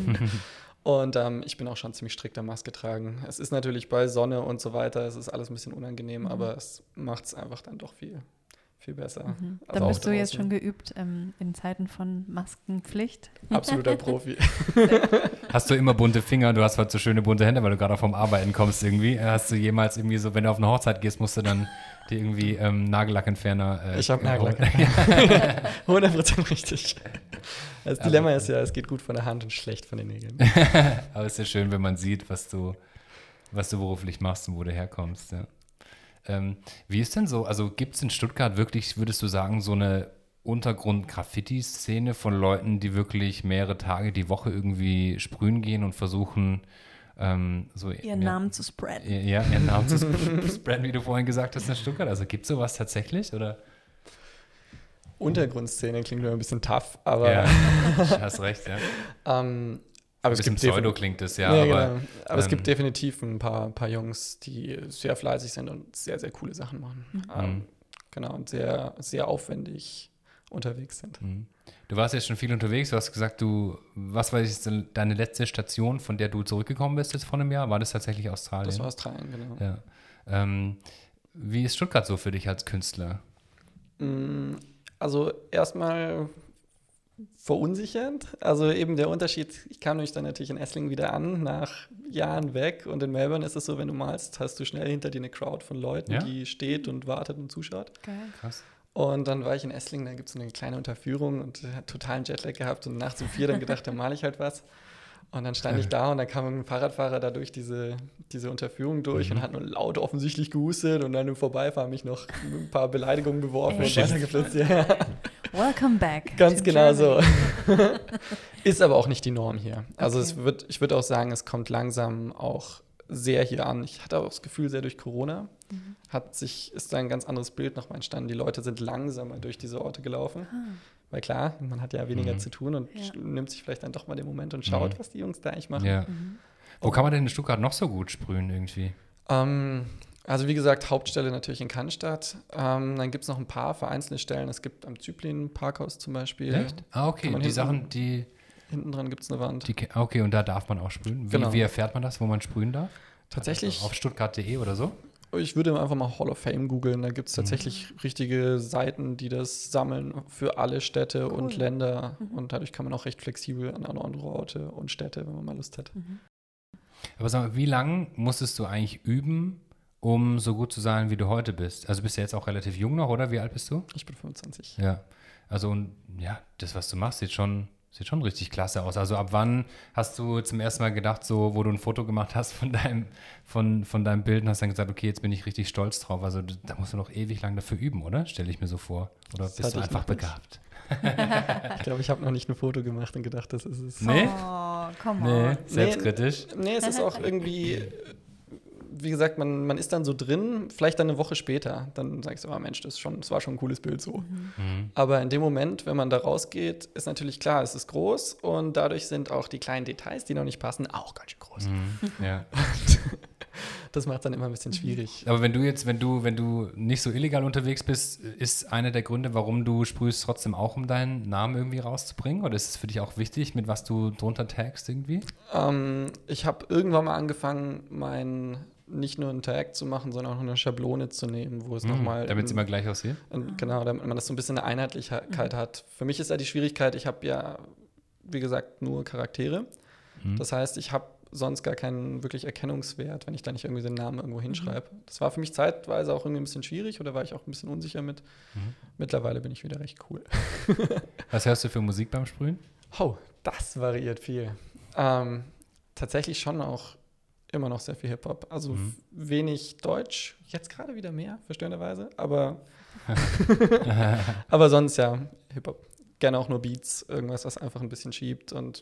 Und ich bin auch schon ziemlich strikt am Maske tragen. Es ist natürlich bei Sonne und so weiter, es ist alles ein bisschen unangenehm, aber es macht es einfach dann doch viel, viel besser. Dann Also bist auch du jetzt draußen. schon geübt in Zeiten von Maskenpflicht. Absoluter Profi. Hast du immer bunte Finger? Du hast heute so schöne bunte Hände, weil du gerade vom Arbeiten kommst irgendwie. Hast du jemals irgendwie so, wenn du auf eine Hochzeit gehst, musst du dann dir irgendwie Nagellackentferner Ich habe Nagellack. 100% richtig. Das Dilemma ist ja, es geht gut von der Hand und schlecht von den Nägeln. Aber es ist ja schön, wenn man sieht, was du beruflich machst und wo du herkommst. Ja. Wie ist denn so, also gibt es in Stuttgart wirklich, würdest du sagen, so eine Untergrund-Graffiti-Szene von Leuten, die wirklich mehrere Tage die Woche irgendwie sprühen gehen und versuchen, so Ihren Namen zu spreaden. Ja, ihren Namen zu spreaden, wie du vorhin gesagt hast, in Stuttgart. Also gibt es sowas tatsächlich? Oder? Untergrundszene klingt nur ein bisschen tough, aber Ja, hast recht, ja. aber Ein es bisschen gibt Pseudo klingt es, ja. Ja, aber genau. Aber es gibt definitiv ein paar Jungs, die sehr fleißig sind und sehr, sehr coole Sachen machen. Genau, und sehr, sehr aufwendig unterwegs sind. Du warst jetzt schon viel unterwegs. Du hast gesagt, was war jetzt deine letzte Station, von der du zurückgekommen bist jetzt vor einem Jahr? War das tatsächlich Australien? Das war Australien, genau. Ja. Wie ist Stuttgart so für dich als Künstler? Also erstmal verunsichernd. Also eben der Unterschied, ich kam nämlich dann natürlich in Esslingen wieder an, nach Jahren weg. Und in Melbourne ist es so, wenn du malst, hast du schnell hinter dir eine Crowd von Leuten, Ja? die steht und wartet und zuschaut. Geil. Krass. Und dann war ich in Esslingen, da gibt es so eine kleine Unterführung und hat totalen Jetlag gehabt und nachts um 4 dann gedacht, dann male ich halt was. Und dann stand ich da und dann kam ein Fahrradfahrer da durch diese Unterführung durch und hat nur laut offensichtlich gehustet und dann im Vorbeifahren mich noch ein paar Beleidigungen beworfen und weitergeflitzt. Ja. Welcome back. Ganz to genau so. Germany. Ist aber auch nicht die Norm hier. Also Okay. ich würde auch sagen, es kommt langsam auch sehr hier an. Ich hatte auch das Gefühl, sehr durch Corona ist da ein ganz anderes Bild nochmal entstanden. Die Leute sind langsamer durch diese Orte gelaufen. Weil klar, man hat ja weniger zu tun und Ja. nimmt sich vielleicht dann doch mal den Moment und schaut, was die Jungs da eigentlich machen. Ja. Wo kann man denn in Stuttgart noch so gut sprühen irgendwie? Also wie gesagt, Hauptstelle natürlich in Cannstatt. Dann gibt es noch ein paar vereinzelte Stellen. Es gibt am Zyplin Parkhaus zum Beispiel. Echt? Ah, okay. Kann man Die hinten- Sachen, Hinten dran gibt es eine Wand. okay, und da darf man auch sprühen. Genau. Wie erfährt man das, wo man sprühen darf? Tatsächlich, Also auf stuttgart.de oder so? ich würde einfach mal Hall of Fame googeln. Da gibt es tatsächlich richtige Seiten, die das sammeln für alle Städte und Länder. Und dadurch kann man auch recht flexibel an andere Orte und Städte, wenn man mal Lust hat. Aber sag mal, wie lange musstest du eigentlich üben, um so gut zu sein, wie du heute bist? Also bist du jetzt auch relativ jung noch, oder? Wie alt bist du? Ich bin 25. Ja. Also, und ja, das, was du machst, sieht schon richtig klasse aus. Also ab wann hast du zum ersten Mal gedacht, so, wo du ein Foto gemacht hast von deinem Bild und hast dann gesagt, okay, jetzt bin ich richtig stolz drauf. Also da musst du noch ewig lang dafür üben, oder? Stelle ich mir so vor. Oder Das bist du hatte ich einfach noch nicht. begabt? Ich glaube, ich habe noch nicht ein Foto gemacht und gedacht, das ist es. Nee? Oh, come Nee, on. selbstkritisch. Nee, es ist auch irgendwie, wie gesagt, man ist dann so drin, vielleicht dann eine Woche später. Dann sage ich so, Mensch, das war schon ein cooles Bild so. Aber in dem Moment, wenn man da rausgeht, ist natürlich klar, es ist groß und dadurch sind auch die kleinen Details, die noch nicht passen, auch ganz schön groß. Ja. Das macht dann immer ein bisschen schwierig. Aber wenn du nicht so illegal unterwegs bist, ist einer der Gründe, warum du sprühst, trotzdem auch, um deinen Namen irgendwie rauszubringen? Oder ist es für dich auch wichtig, mit was du drunter tagst irgendwie? Ich habe irgendwann mal angefangen, nicht nur einen Tag zu machen, sondern auch eine Schablone zu nehmen, wo es nochmal... Damit es immer gleich aussieht? Genau, damit man das so ein bisschen eine Einheitlichkeit hat. Für mich ist ja die Schwierigkeit, ich habe ja, wie gesagt, nur Charaktere. Das heißt, ich habe sonst gar keinen wirklich Erkennungswert, wenn ich da nicht irgendwie den Namen irgendwo hinschreibe. Das war für mich zeitweise auch irgendwie ein bisschen schwierig oder war ich auch ein bisschen unsicher mit. Mittlerweile bin ich wieder recht cool. Was hörst du für Musik beim Sprühen? Oh, das variiert viel. Tatsächlich schon auch immer noch sehr viel Hip-Hop. Also wenig Deutsch, jetzt gerade wieder mehr, verstörenderweise, aber aber sonst ja, Hip-Hop. Gerne auch nur Beats, irgendwas, was einfach ein bisschen schiebt und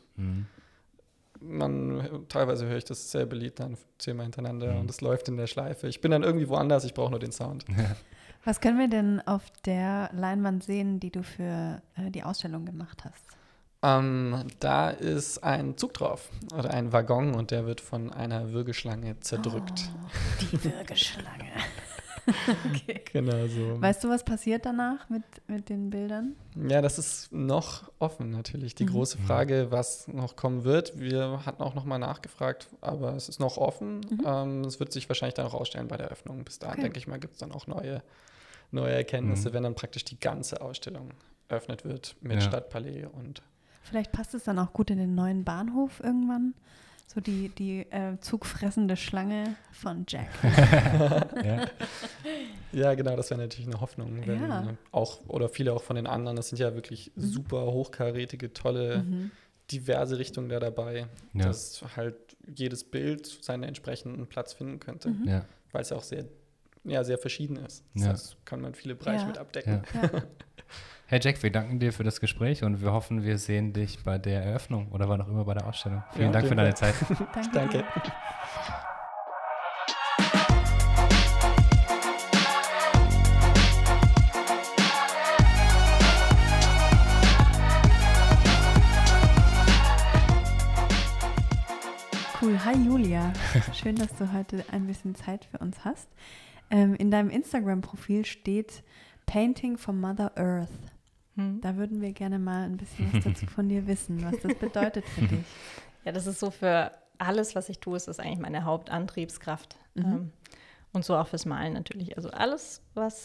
teilweise höre ich dasselbe Lied dann 10-mal hintereinander und es läuft in der Schleife. Ich bin dann irgendwie woanders, ich brauche nur den Sound. Was können wir denn auf der Leinwand sehen, die du für die Ausstellung gemacht hast? Da ist ein Zug drauf oder ein Waggon und der wird von einer Würgeschlange zerdrückt. Oh, die Würgeschlange. Okay. Genau so. Weißt du, was passiert danach mit den Bildern? Ja, das ist noch offen natürlich. Die große Frage, was noch kommen wird. Wir hatten auch noch mal nachgefragt, aber es ist noch offen. Es wird sich wahrscheinlich dann auch ausstellen bei der Eröffnung. Bis dahin, denke ich mal, gibt es dann auch neue Erkenntnisse, wenn dann praktisch die ganze Ausstellung eröffnet wird mit Stadtpalais und Vielleicht passt es dann auch gut in den neuen Bahnhof irgendwann. So die zugfressende Schlange von Jack. Ja, genau, das wäre natürlich eine Hoffnung. Wenn auch, oder viele auch von den anderen, das sind ja wirklich super hochkarätige, tolle, diverse Richtungen da dabei, dass halt jedes Bild seinen entsprechenden Platz finden könnte, weil es ja auch sehr, sehr verschieden ist. Das heißt, kann man viele Bereiche mit abdecken. Ja. Hey Jack, wir danken dir für das Gespräch und wir hoffen, wir sehen dich bei der Eröffnung oder wann auch immer bei der Ausstellung. Vielen Dank für deine Zeit. Danke. Cool. Hi Julia. Schön, dass du heute ein bisschen Zeit für uns hast. In deinem Instagram-Profil steht Painting for Mother Earth. Da würden wir gerne mal ein bisschen was dazu von dir wissen, was das bedeutet für dich. Ja, das ist so für alles, was ich tue, ist das eigentlich meine Hauptantriebskraft. Und so auch fürs Malen natürlich. Also alles,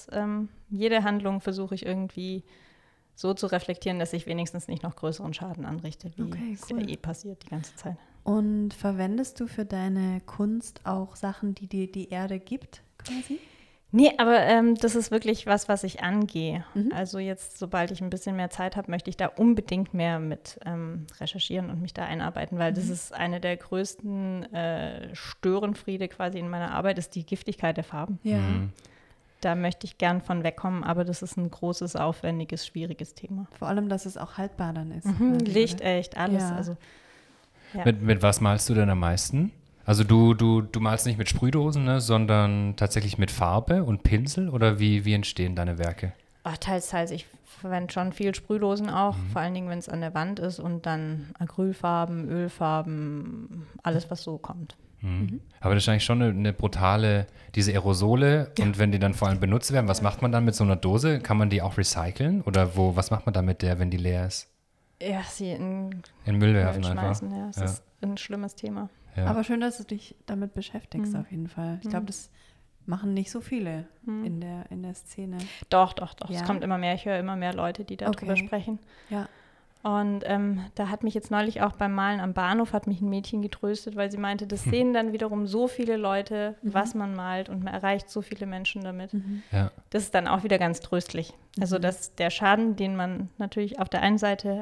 jede Handlung versuche ich irgendwie so zu reflektieren, dass ich wenigstens nicht noch größeren Schaden anrichte, wie es ja passiert die ganze Zeit. Und verwendest du für deine Kunst auch Sachen, die dir die Erde gibt, quasi? Nee, aber das ist wirklich was ich angehe. Also jetzt, sobald ich ein bisschen mehr Zeit habe, möchte ich da unbedingt mehr mit recherchieren und mich da einarbeiten, weil das ist eine der größten Störenfriede quasi in meiner Arbeit, ist die Giftigkeit der Farben. Ja. Da möchte ich gern von wegkommen, aber das ist ein großes, aufwendiges, schwieriges Thema. Vor allem, dass es auch haltbar dann ist. Licht, echt, alles. Ja. Also, ja. Mit was malst du denn am meisten? Also du malst nicht mit Sprühdosen, ne, sondern tatsächlich mit Farbe und Pinsel oder wie entstehen deine Werke? Teils. Ich verwende schon viel Sprühdosen auch, vor allen Dingen, wenn es an der Wand ist und dann Acrylfarben, Ölfarben, alles, was so kommt. Aber das ist eigentlich schon eine brutale, diese Aerosole und wenn die dann vor allem benutzt werden, was macht man dann mit so einer Dose? Kann man die auch recyceln oder was macht man da mit der, wenn die leer ist? Ja, sie in Müll werfen einfach. Ja, das ist ein schlimmes Thema. Ja. Aber schön, dass du dich damit beschäftigst auf jeden Fall. Ich glaube, das machen nicht so viele in der Szene. Doch. Ja? Es kommt immer mehr. Ich höre immer mehr Leute, die darüber sprechen. Ja. Und da hat mich jetzt neulich auch beim Malen am Bahnhof hat mich ein Mädchen getröstet, weil sie meinte, das sehen dann wiederum so viele Leute, was man malt und man erreicht so viele Menschen damit. Ja. Das ist dann auch wieder ganz tröstlich. Also dass der Schaden, den man natürlich auf der einen Seite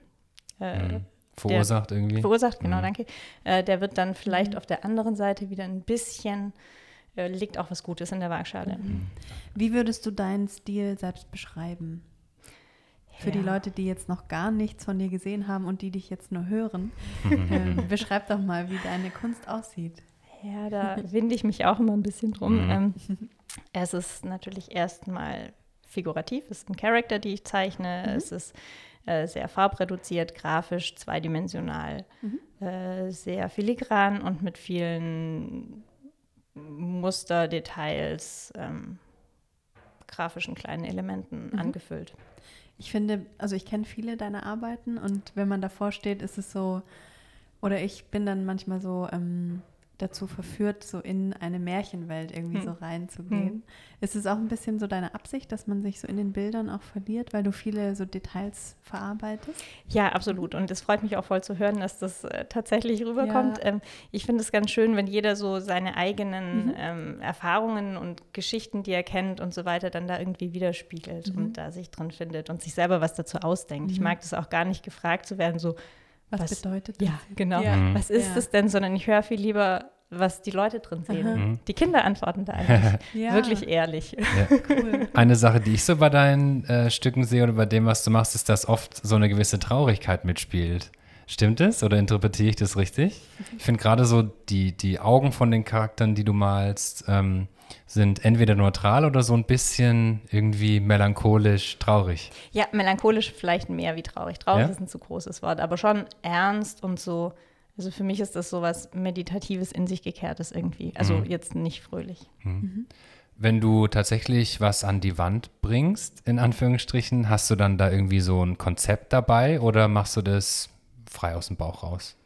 verursacht, genau, danke. Der wird dann vielleicht auf der anderen Seite wieder ein bisschen, liegt auch was Gutes in der Waagschale. Wie würdest du deinen Stil selbst beschreiben? Für die Leute, die jetzt noch gar nichts von dir gesehen haben und die dich jetzt nur hören, beschreib doch mal, wie deine Kunst aussieht. Ja, da winde ich mich auch immer ein bisschen drum. Es ist natürlich erstmal figurativ, es ist ein Charakter, die ich zeichne, es ist sehr farbreduziert, grafisch, zweidimensional, sehr filigran und mit vielen Muster, Details, grafischen kleinen Elementen angefüllt. Ich finde, also ich kenne viele deiner Arbeiten und wenn man davor steht, ist es so, oder ich bin dann manchmal so dazu verführt, so in eine Märchenwelt irgendwie so reinzugehen. Ist es auch ein bisschen so deine Absicht, dass man sich so in den Bildern auch verliert, weil du viele so Details verarbeitest? Ja, absolut. Und es freut mich auch voll zu hören, dass das tatsächlich rüberkommt. Ja. Ich finde es ganz schön, wenn jeder so seine eigenen Erfahrungen und Geschichten, die er kennt und so weiter, dann da irgendwie widerspiegelt und da sich drin findet und sich selber was dazu ausdenkt. Ich mag das auch gar nicht, gefragt zu werden, so was bedeutet das? Ja, genau. Ja. Was ist das denn? Sondern ich höre viel lieber, was die Leute drin sehen. Die Kinder antworten da eigentlich wirklich ehrlich. Ja. Cool. Eine Sache, die ich so bei deinen Stücken sehe oder bei dem, was du machst, ist, dass oft so eine gewisse Traurigkeit mitspielt. Stimmt es oder interpretiere ich das richtig? Ich finde gerade so die Augen von den Charakteren, die du malst, sind entweder neutral oder so ein bisschen irgendwie melancholisch traurig. Ja, melancholisch vielleicht mehr wie traurig. Traurig ist ein zu großes Wort, aber schon ernst und so. Also für mich ist das so was Meditatives, in sich gekehrtes irgendwie. Also jetzt nicht fröhlich. Wenn du tatsächlich was an die Wand bringst, in Anführungsstrichen, hast du dann da irgendwie so ein Konzept dabei oder machst du das frei aus dem Bauch raus?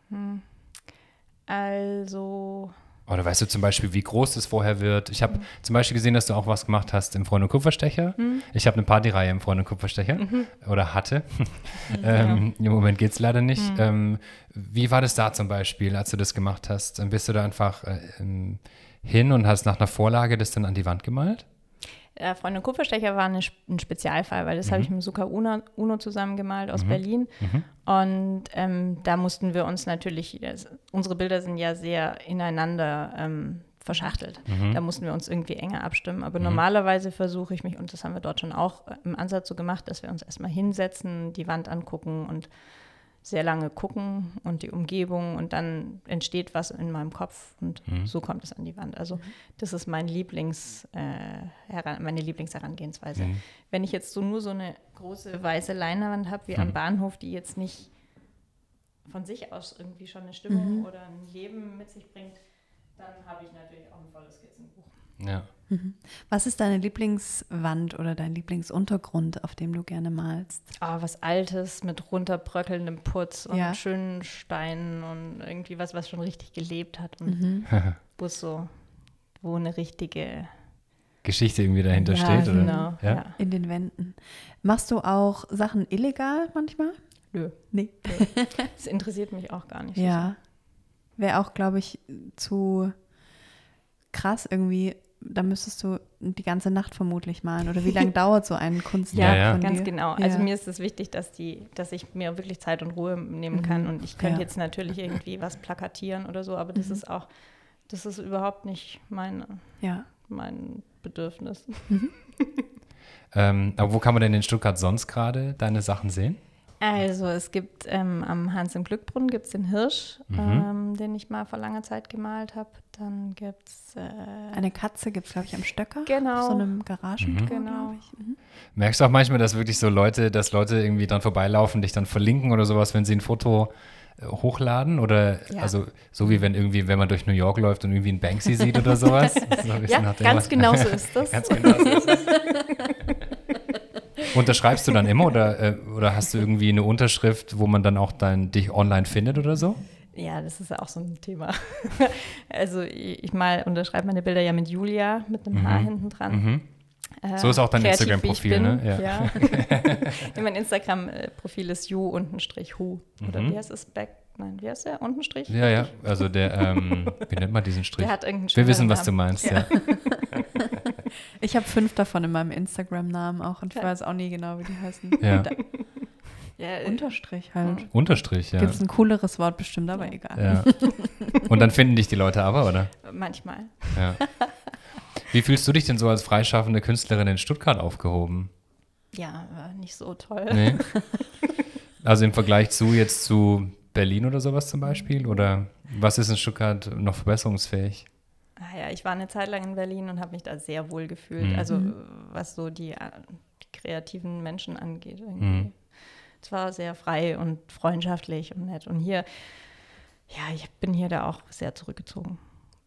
Also... Oder weißt du zum Beispiel, wie groß das vorher wird? Ich habe zum Beispiel gesehen, dass du auch was gemacht hast im Freund- und Kupferstecher. Ich habe eine Partyreihe im Freund- und Kupferstecher oder hatte. Im Moment geht es leider nicht. Wie war das da zum Beispiel, als du das gemacht hast? Bist du da einfach hin und hast nach einer Vorlage das dann an die Wand gemalt? Freund- und Kupferstecher war ein Spezialfall, weil das habe ich mit Suka Uno zusammen gemalt aus Berlin. Und da mussten wir uns natürlich, unsere Bilder sind ja sehr ineinander verschachtelt. Da mussten wir uns irgendwie enger abstimmen. Aber normalerweise versuche ich mich, und das haben wir dort schon auch im Ansatz so gemacht, dass wir uns erstmal hinsetzen, die Wand angucken und sehr lange gucken und die Umgebung und dann entsteht was in meinem Kopf und so kommt es an die Wand. Also das ist meine Lieblingsherangehensweise. Wenn ich jetzt nur so eine große weiße Leinwand habe, wie am Bahnhof, die jetzt nicht von sich aus irgendwie schon eine Stimmung oder ein Leben mit sich bringt, dann habe ich natürlich auch ein volles Skizzenbuch. Ja. Was ist deine Lieblingswand oder dein Lieblingsuntergrund, auf dem du gerne malst? Was Altes mit runterbröckelndem Putz und schönen Steinen und irgendwie was schon richtig gelebt hat und wo eine richtige Geschichte irgendwie dahinter steht. Oder? Genau. Ja. In den Wänden. Machst du auch Sachen illegal manchmal? Nö. Nee. Das interessiert mich auch gar nicht. Ja. Wäre auch, glaube ich, zu krass irgendwie. Da müsstest du die ganze Nacht vermutlich malen. Oder wie lange dauert so ein Kunstwerk von dir? Ganz genau. Also mir ist es wichtig, dass ich mir wirklich Zeit und Ruhe nehmen kann. Und ich könnte jetzt natürlich irgendwie was plakatieren oder so, aber das ist überhaupt nicht mein Bedürfnis. Aber wo kann man denn in Stuttgart sonst gerade deine Sachen sehen? Also es gibt am Hans im Glückbrunnen gibt es den Hirsch, den ich mal vor langer Zeit gemalt habe. Dann gibt es eine Katze gibt es, glaube ich, am Stöcker. Genau. Auf so einem Garagentor, genau. glaube ich. Merkst du auch manchmal, dass wirklich so Leute irgendwie dran vorbeilaufen, dich dann verlinken oder sowas, wenn sie ein Foto hochladen? Oder also so wie wenn man durch New York läuft und irgendwie einen Banksy sieht oder sowas? Ganz genau so ist das. Ganz genau so ist das. Unterschreibst du dann immer oder hast du irgendwie eine Unterschrift, wo man dann auch dich online findet oder so? Ja, das ist ja auch so ein Thema. Also ich unterschreibe meine Bilder ja mit Julia, mit einem H hinten dran. So ist auch dein Instagram-Profil, ne? Ja. Mein Instagram-Profil ist ju_hu. Oder wie heißt es? Wie heißt der? Untenstrich? Ja. Also der, wie nennt man diesen Strich? Der hat irgendeinen Wir wissen, was Namen. du meinst, ja. Ich habe 5 davon in meinem Instagram-Namen auch und ich weiß auch nie genau, wie die heißen. Ja. Unterstrich halt. Unterstrich, ja. Gibt es ein cooleres Wort bestimmt, aber egal. Ja. Und dann finden dich die Leute aber, oder? Manchmal. Ja. Wie fühlst du dich denn so als freischaffende Künstlerin in Stuttgart aufgehoben? Ja, nicht so toll. Nee. Also im Vergleich zu Berlin oder sowas zum Beispiel? Oder was ist in Stuttgart noch verbesserungsfähig? Ich war eine Zeit lang in Berlin und habe mich da sehr wohl gefühlt. Also was so die kreativen Menschen angeht irgendwie. Es war sehr frei und freundschaftlich und nett. Und hier, ich bin hier da auch sehr zurückgezogen.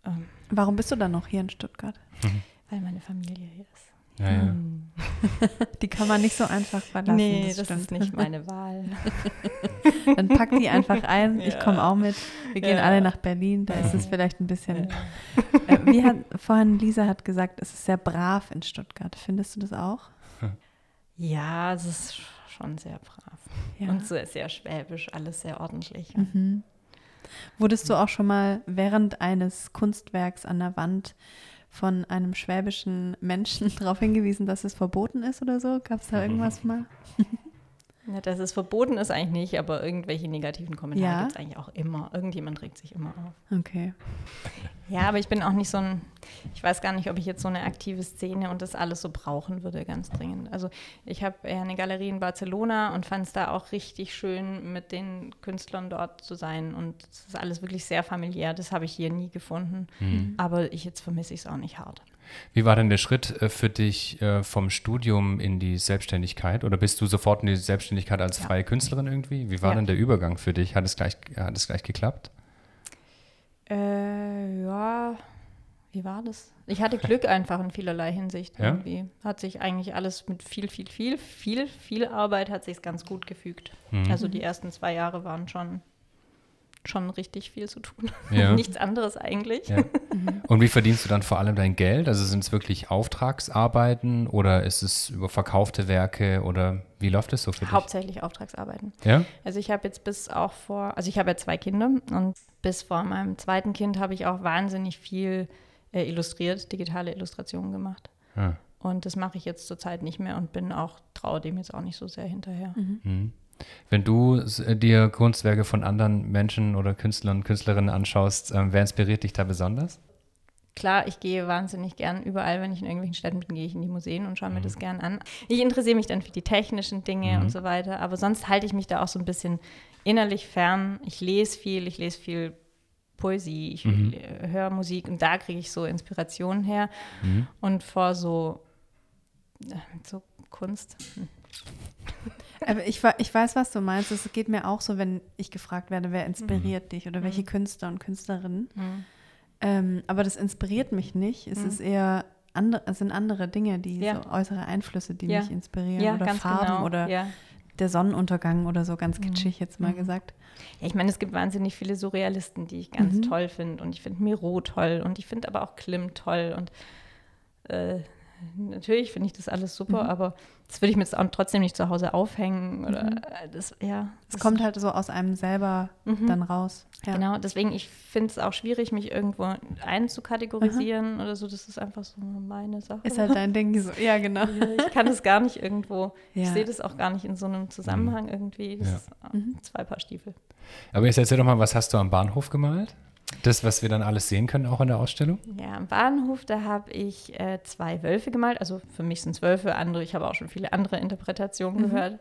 Warum bist du dann noch hier in Stuttgart? Weil meine Familie hier ist. Ja. Die kann man nicht so einfach verlassen. Nee, das ist nicht meine Wahl. Dann pack die einfach ein. Ich komme auch mit. Wir gehen Ja. alle nach Berlin. Da ist es vielleicht ein bisschen. Vorhin Lisa hat gesagt, es ist sehr brav in Stuttgart. Findest du das auch? Ja, es ist schon sehr brav. Ja. Und so sehr schwäbisch, alles sehr ordentlich. Wurdest du auch schon mal während eines Kunstwerks an der Wand von einem schwäbischen Menschen darauf hingewiesen, dass es verboten ist oder so? Gab es da irgendwas mal? Ja, dass es verboten ist eigentlich nicht, aber irgendwelche negativen Kommentare Ja. gibt es eigentlich auch immer. Irgendjemand regt sich immer auf. Okay. Ja, aber ich bin auch nicht ich weiß gar nicht, ob ich jetzt so eine aktive Szene und das alles so brauchen würde, ganz dringend. Also ich habe ja eine Galerie in Barcelona und fand es da auch richtig schön, mit den Künstlern dort zu sein. Und es ist alles wirklich sehr familiär. Das habe ich hier nie gefunden. Aber jetzt vermisse ich es auch nicht hart. Wie war denn der Schritt für dich vom Studium in die Selbstständigkeit? Oder bist du sofort in die Selbstständigkeit als freie Künstlerin irgendwie? Wie war denn der Übergang für dich? Hat es gleich geklappt? Ja, wie war das? Ich hatte Glück einfach in vielerlei Hinsicht. Ja? Irgendwie hat sich eigentlich alles mit viel Arbeit hat sich ganz gut gefügt. Also die ersten 2 Jahre waren schon richtig viel zu tun. Ja. Nichts anderes eigentlich. Ja. Und wie verdienst du dann vor allem dein Geld? Also sind es wirklich Auftragsarbeiten oder ist es über verkaufte Werke oder wie läuft es so für dich? Hauptsächlich Auftragsarbeiten. Ja? Also ich habe jetzt ich habe ja 2 Kinder und bis vor meinem 2. Kind habe ich auch wahnsinnig viel illustriert, digitale Illustrationen gemacht. Ah. Und das mache ich jetzt zurzeit nicht mehr und traue dem jetzt auch nicht so sehr hinterher. Wenn du dir Kunstwerke von anderen Menschen oder Künstlern und Künstlerinnen anschaust, wer inspiriert dich da besonders? Klar, ich gehe wahnsinnig gern überall, wenn ich in irgendwelchen Städten bin, gehe ich in die Museen und schaue mir das gern an. Ich interessiere mich dann für die technischen Dinge und so weiter, aber sonst halte ich mich da auch so ein bisschen innerlich fern. Ich lese viel Poesie, ich höre Musik und da kriege ich so Inspirationen her. Und vor so Kunst. Aber ich weiß, was du meinst. Es geht mir auch so, wenn ich gefragt werde, wer inspiriert dich oder welche Künstler und Künstlerinnen. Aber das inspiriert mich nicht. Es ist eher es sind andere Dinge, so äußere Einflüsse, die mich inspirieren oder ganz Farben genau. oder der Sonnenuntergang oder so, ganz kitschig jetzt mal gesagt. Ja, ich meine, es gibt wahnsinnig viele Surrealisten, die ich ganz toll finde und ich finde Miro toll und ich finde aber auch Klim toll und natürlich finde ich das alles super, aber das würde ich mir jetzt auch trotzdem nicht zu Hause aufhängen oder Es kommt halt so aus einem selber dann raus. Ja. Genau, deswegen, ich finde es auch schwierig, mich irgendwo einzukategorisieren oder so. Das ist einfach so meine Sache. Ist halt dein Ding. So. Ja, genau. Ich kann das gar nicht irgendwo, Ja. ich sehe das auch gar nicht in so einem Zusammenhang irgendwie. Das ist 2 Paar Stiefel. Aber jetzt erzähl doch mal, was hast du am Bahnhof gemalt? Das, was wir dann alles sehen können, auch in der Ausstellung? Ja, am Bahnhof, da habe ich 2 Wölfe gemalt. Also für mich sind es Wölfe, ich habe auch schon viele andere Interpretationen gehört.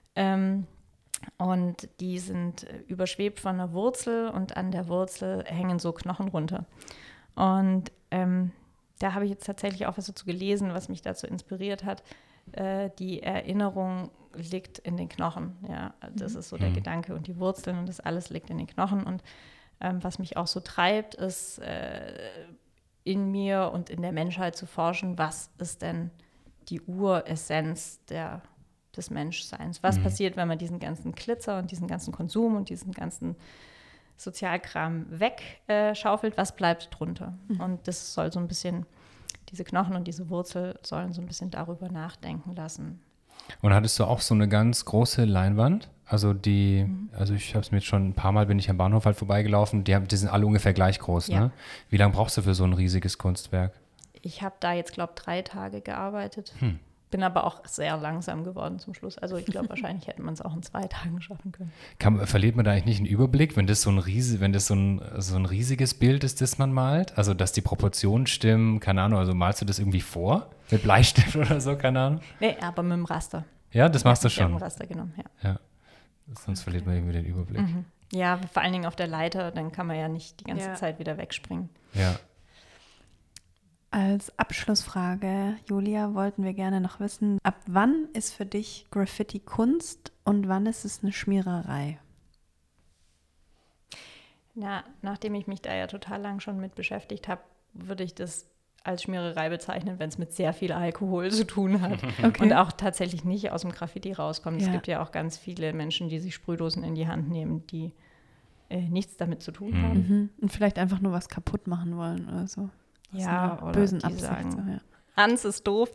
Und die sind überschwebt von einer Wurzel und an der Wurzel hängen so Knochen runter. Und da habe ich jetzt tatsächlich auch was dazu gelesen, was mich dazu inspiriert hat. Die Erinnerung liegt in den Knochen. Ja, das ist so der Gedanke und die Wurzeln und das alles liegt in den Knochen. Und was mich auch so treibt, ist in mir und in der Menschheit zu forschen, was ist denn die Uressenz des Menschseins? Was passiert, wenn man diesen ganzen Glitzer und diesen ganzen Konsum und diesen ganzen Sozialkram wegschaufelt? Was bleibt drunter? Und das soll so ein bisschen, diese Knochen und diese Wurzel sollen so ein bisschen darüber nachdenken lassen. Und hattest du auch so eine ganz große Leinwand? Also also ich habe es mir jetzt schon ein paar Mal, bin ich am Bahnhof halt vorbeigelaufen, die sind alle ungefähr gleich groß, Ja. ne? Wie lange brauchst du für so ein riesiges Kunstwerk? Ich habe da jetzt, glaube ich, 3 Tage gearbeitet. Bin aber auch sehr langsam geworden zum Schluss. Also ich glaube, wahrscheinlich hätte man es auch in 2 Tagen schaffen können. Verliert man da eigentlich nicht einen Überblick, wenn das so ein riesiges Bild ist, das man malt? Also, dass die Proportionen stimmen, keine Ahnung, also malst du das irgendwie vor? Mit Bleistift oder so, keine Ahnung? Nee, aber mit dem Raster. Ja, das machst du Ich habe schon. ein Raster genommen, ja. Ja. Sonst verliert man irgendwie den Überblick. Ja, vor allen Dingen auf der Leiter, dann kann man ja nicht die ganze Ja. Zeit wieder wegspringen. Ja. Als Abschlussfrage, Julia, wollten wir gerne noch wissen, ab wann ist für dich Graffiti Kunst und wann ist es eine Schmiererei? Ja, nachdem ich mich da ja total lang schon mit beschäftigt habe, würde ich das als Schmiererei bezeichnen, wenn es mit sehr viel Alkohol zu tun hat und auch tatsächlich nicht aus dem Graffiti rauskommt. Es gibt ja auch ganz viele Menschen, die sich Sprühdosen in die Hand nehmen, die nichts damit zu tun haben. Und vielleicht einfach nur was kaputt machen wollen oder so. Ja, oder bösen die Absicht. sagen, So, ja. Hans ist doof.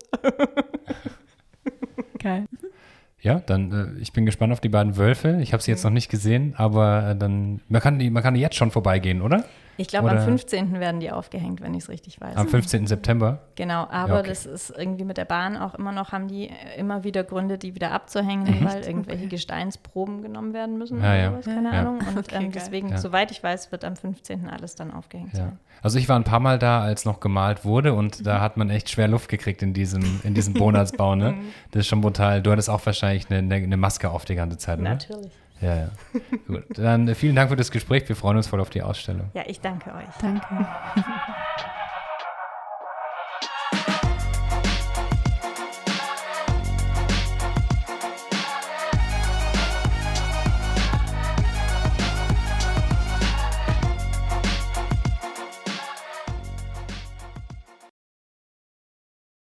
Geil. Ja, dann ich bin gespannt auf die beiden Wölfe. Ich habe sie jetzt noch nicht gesehen, aber dann man kann die jetzt schon vorbeigehen, oder? Ich glaube, am Oder- 15. werden die aufgehängt, wenn ich es richtig weiß. Am 15. September. Genau, aber Ja, okay. das ist irgendwie mit der Bahn auch immer noch, haben die immer wieder Gründe, die wieder abzuhängen, weil irgendwelche Gesteinsproben genommen werden müssen Ja, ja. oder sowas, keine Ja. Ahnung. Und Okay, geil. deswegen, Ja. soweit ich weiß, wird am 15. alles dann aufgehängt Ja. sein. Also ich war ein paar Mal da, als noch gemalt wurde und da hat man echt schwer Luft gekriegt in diesem Bonatsbau, ne? Das ist schon brutal. Du hattest auch wahrscheinlich eine Maske auf die ganze Zeit, ne? Natürlich. Ja, ja. Gut. Dann vielen Dank für das Gespräch. Wir freuen uns voll auf die Ausstellung. Ja, ich danke euch. Danke.